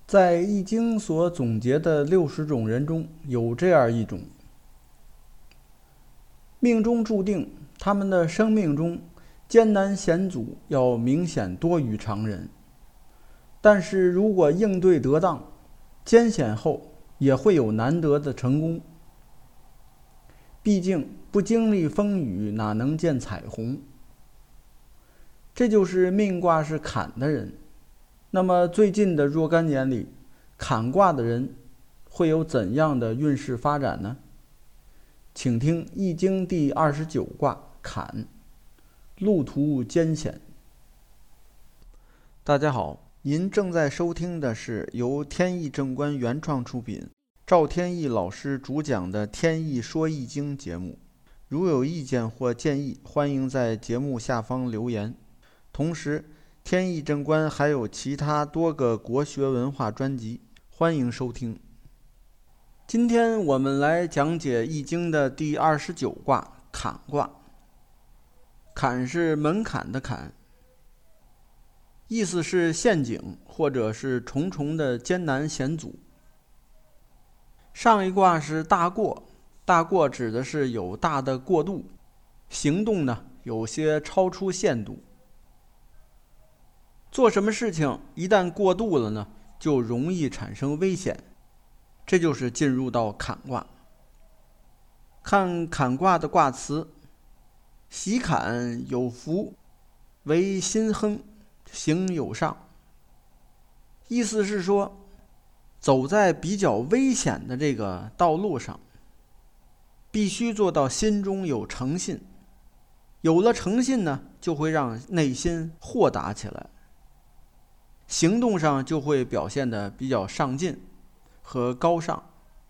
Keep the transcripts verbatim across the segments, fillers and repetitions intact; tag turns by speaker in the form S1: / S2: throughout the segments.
S1: 在易经所总结的六十种人中，有这样一种，命中注定他们的生命中艰难险阻要明显多于常人，但是如果应对得当，艰险后也会有难得的成功。毕竟不经历风雨，哪能见彩虹？这就是命卦是坎的人。那么最近的若干年里，坎卦的人会有怎样的运势发展呢？请听《易经》第二十九卦坎，路途艰险。大家好，您正在收听的是由天意正观原创出品，赵天意老师主讲的《天意说易经》节目。如有意见或建议，欢迎在节目下方留言。同时，天意正观还有其他多个国学文化专辑，欢迎收听。今天我们来讲解易经的第二十九卦坎卦。坎是门槛的坎，意思是陷阱或者是重重的艰难险阻。上一卦是大过，大过指的是有大的过度，行动呢有些超出限度。做什么事情一旦过度了呢，就容易产生危险，这就是进入到坎卦。看坎卦的卦辞，喜坎有福，为心亨，行有上。意思是说，走在比较危险的这个道路上，必须做到心中有诚信。有了诚信呢，就会让内心豁达起来，行动上就会表现得比较上进和高尚。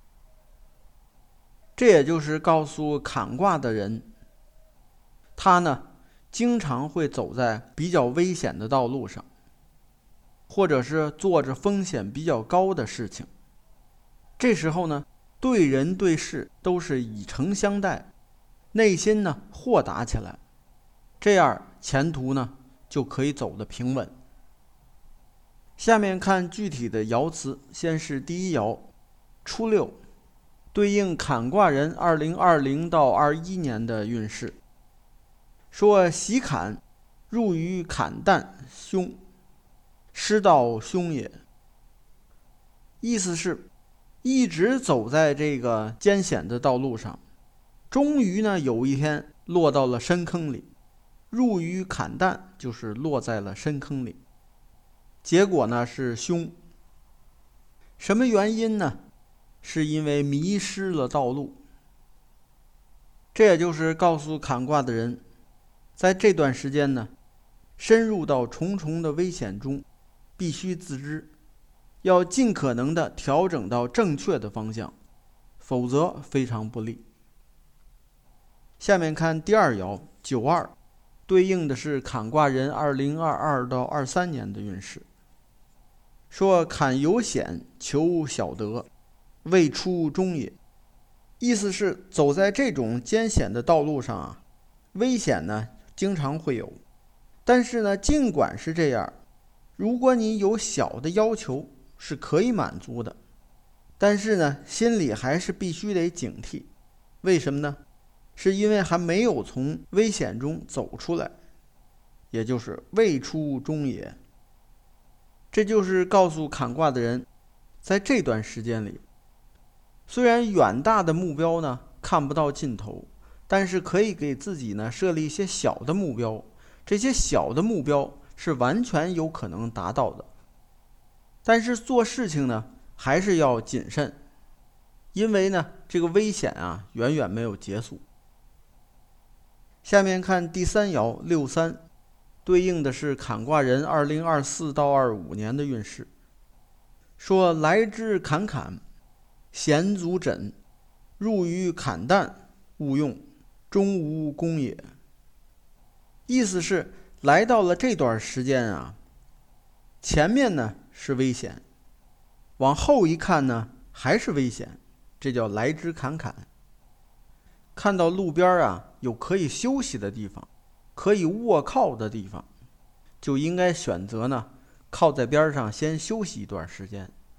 S1: 这也就是告诉坎卦的人，他呢经常会走在比较危险的道路上，或者是做着风险比较高的事情。这时候呢，对人对事都是以诚相待，内心呢豁达起来，这样前途呢就可以走得平稳。下面看具体的爻辞，先是第一爻初六，对应坎卦人二零二零到二一年的运势。说喜坎入于坎旦凶，失道凶也。意思是一直走在这个艰险的道路上，终于呢有一天落到了深坑里。入于坎旦就是落在了深坑里，结果呢是凶。什么原因呢？是因为迷失了道路。这也就是告诉坎卦的人，在这段时间呢，深入到重重的危险中，必须自知，要尽可能的调整到正确的方向，否则非常不利。下面看第二爻九二，对应的是坎卦人二零二二到二三年的运势。说坎有险，求小得，未出中也。意思是走在这种艰险的道路上啊，危险呢经常会有，但是呢尽管是这样，如果你有小的要求是可以满足的，但是呢心里还是必须得警惕。为什么呢？是因为还没有从危险中走出来，也就是未出中也。这就是告诉坎卦的人，在这段时间里，虽然远大的目标呢看不到尽头，但是可以给自己呢设立一些小的目标，这些小的目标是完全有可能达到的。但是做事情呢还是要谨慎，因为呢这个危险啊远远没有结束。下面看第三爻六三，对应的是坎卦人二零二四到二五年的运势。说来之坎坎，险阻枕，入于坎旦，勿用，终无功也。意思是来到了这段时间啊，前面呢是危险，往后一看呢还是危险，这叫来之坎坎。看到路边啊有可以休息的地方，可以卧靠的地方，就应该选择呢靠在边上先休息一段时间，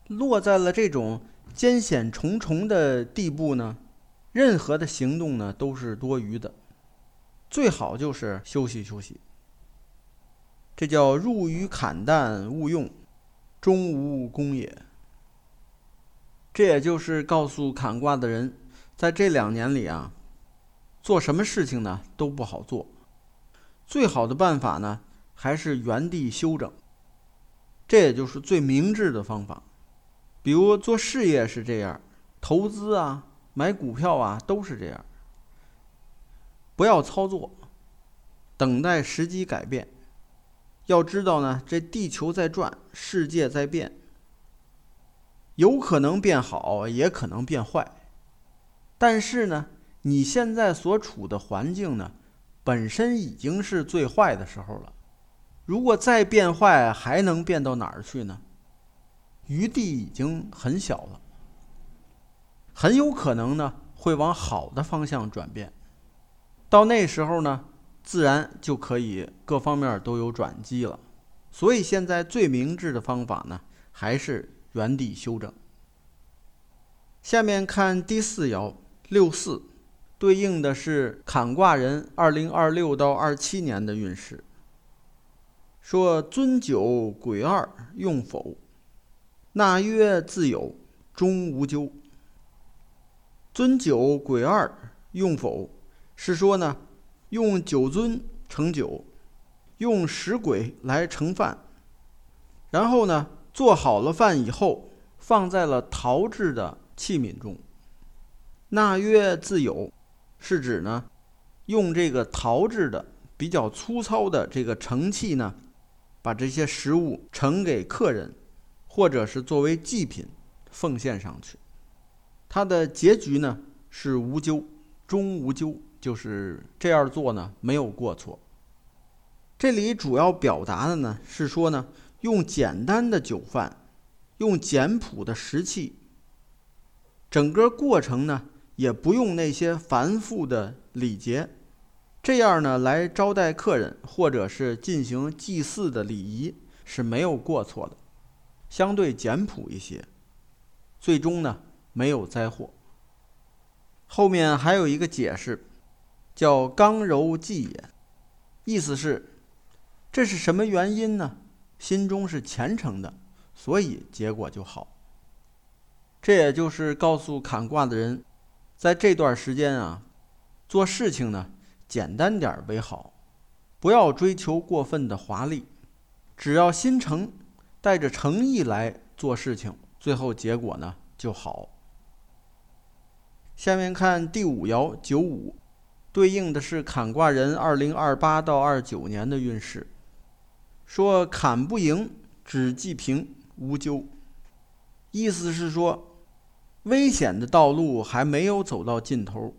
S1: 落在了这种艰险重重的地步呢，任何的行动呢都是多余的，最好就是休息休息。这叫入于坎淡勿用，终无功也。这也就是告诉坎卦的人，在这两年里啊，做什么事情呢都不好做，最好的办法呢还是原地休整，这也就是最明智的方法。比如做事业是这样，投资啊、买股票啊都是这样，不要操作，等待时机改变。要知道呢，这地球在转，世界在变，有可能变好，也可能变坏。但是呢，你现在所处的环境呢，本身已经是最坏的时候了。如果再变坏，还能变到哪儿去呢？余地已经很小了，很有可能呢会往好的方向转变。到那时候呢，自然就可以各方面都有转机了。所以现在最明智的方法呢，还是原地休整。下面看第四爻六四，对应的是坎卦人二零二六到二七年的运势。说尊九癸二用否，纳曰自有，终无咎。尊九癸二用否是说呢，用九尊盛酒，用十癸来盛饭，然后呢做好了饭以后，放在了陶制的器皿中。纳曰自有是指呢，用这个陶制的比较粗糙的这个盛器呢，把这些食物盛给客人，或者是作为祭品奉献上去。它的结局呢是无咎，终无咎，就是这样做呢没有过错。这里主要表达的呢是说呢，用简单的酒饭，用简朴的食器，整个过程呢也不用那些繁复的礼节，这样呢来招待客人或者是进行祭祀的礼仪是没有过错的，相对简朴一些，最终呢没有灾祸。后面还有一个解释叫刚柔济也，意思是这是什么原因呢？心中是虔诚的，所以结果就好。这也就是告诉坎卦的人，在这段时间啊，做事情呢简单点为好，不要追求过分的华丽，只要心诚，带着诚意来做事情，最后结果呢就好。下面看第五爻九五，对应的是坎卦人二零二八到二九年的运势。说坎不盈，只济平，无咎。意思是说，危险的道路还没有走到尽头，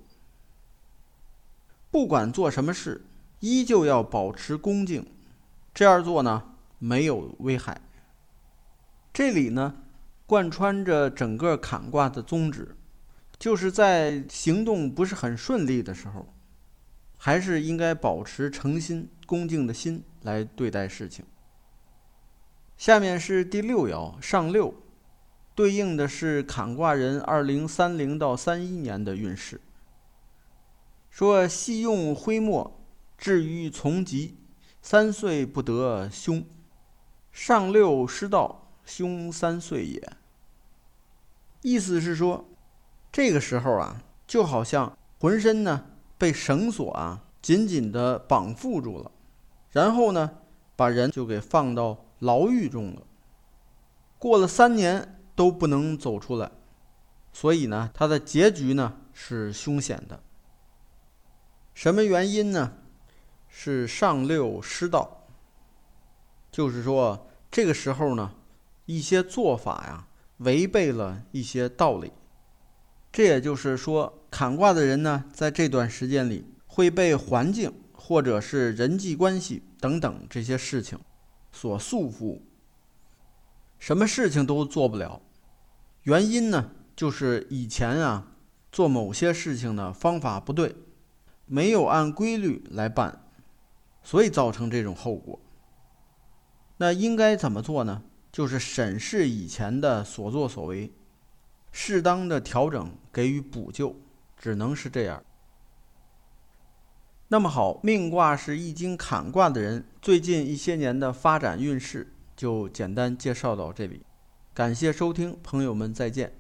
S1: 不管做什么事，依旧要保持恭敬，这样做呢没有危害。这里呢贯穿着整个坎卦的宗旨，就是在行动不是很顺利的时候，还是应该保持诚心恭敬的心来对待事情。下面是第六爻上六，对应的是坎卦人二零三零到三一年的运势。说细用灰墨，至于从疾，三岁不得凶。上六失道，凶三岁也。意思是说，这个时候啊，就好像浑身呢被绳索啊紧紧地绑缚住了，然后呢把人就给放到牢狱中了，过了三年都不能走出来，所以呢他的结局呢是凶险的。什么原因呢？是上六失道，就是说这个时候呢一些做法呀违背了一些道理。这也就是说，坎卦的人呢在这段时间里会被环境或者是人际关系等等这些事情所束缚，什么事情都做不了。原因呢就是以前啊做某些事情的方法不对，没有按规律来办，所以造成这种后果。那应该怎么做呢？就就是审视以前的所作所为，适当的调整，给予补救，只能是这样。那么好，命卦是易经坎卦的人最近一些年的发展运势就简单介绍到这里，感谢收听，朋友们再见。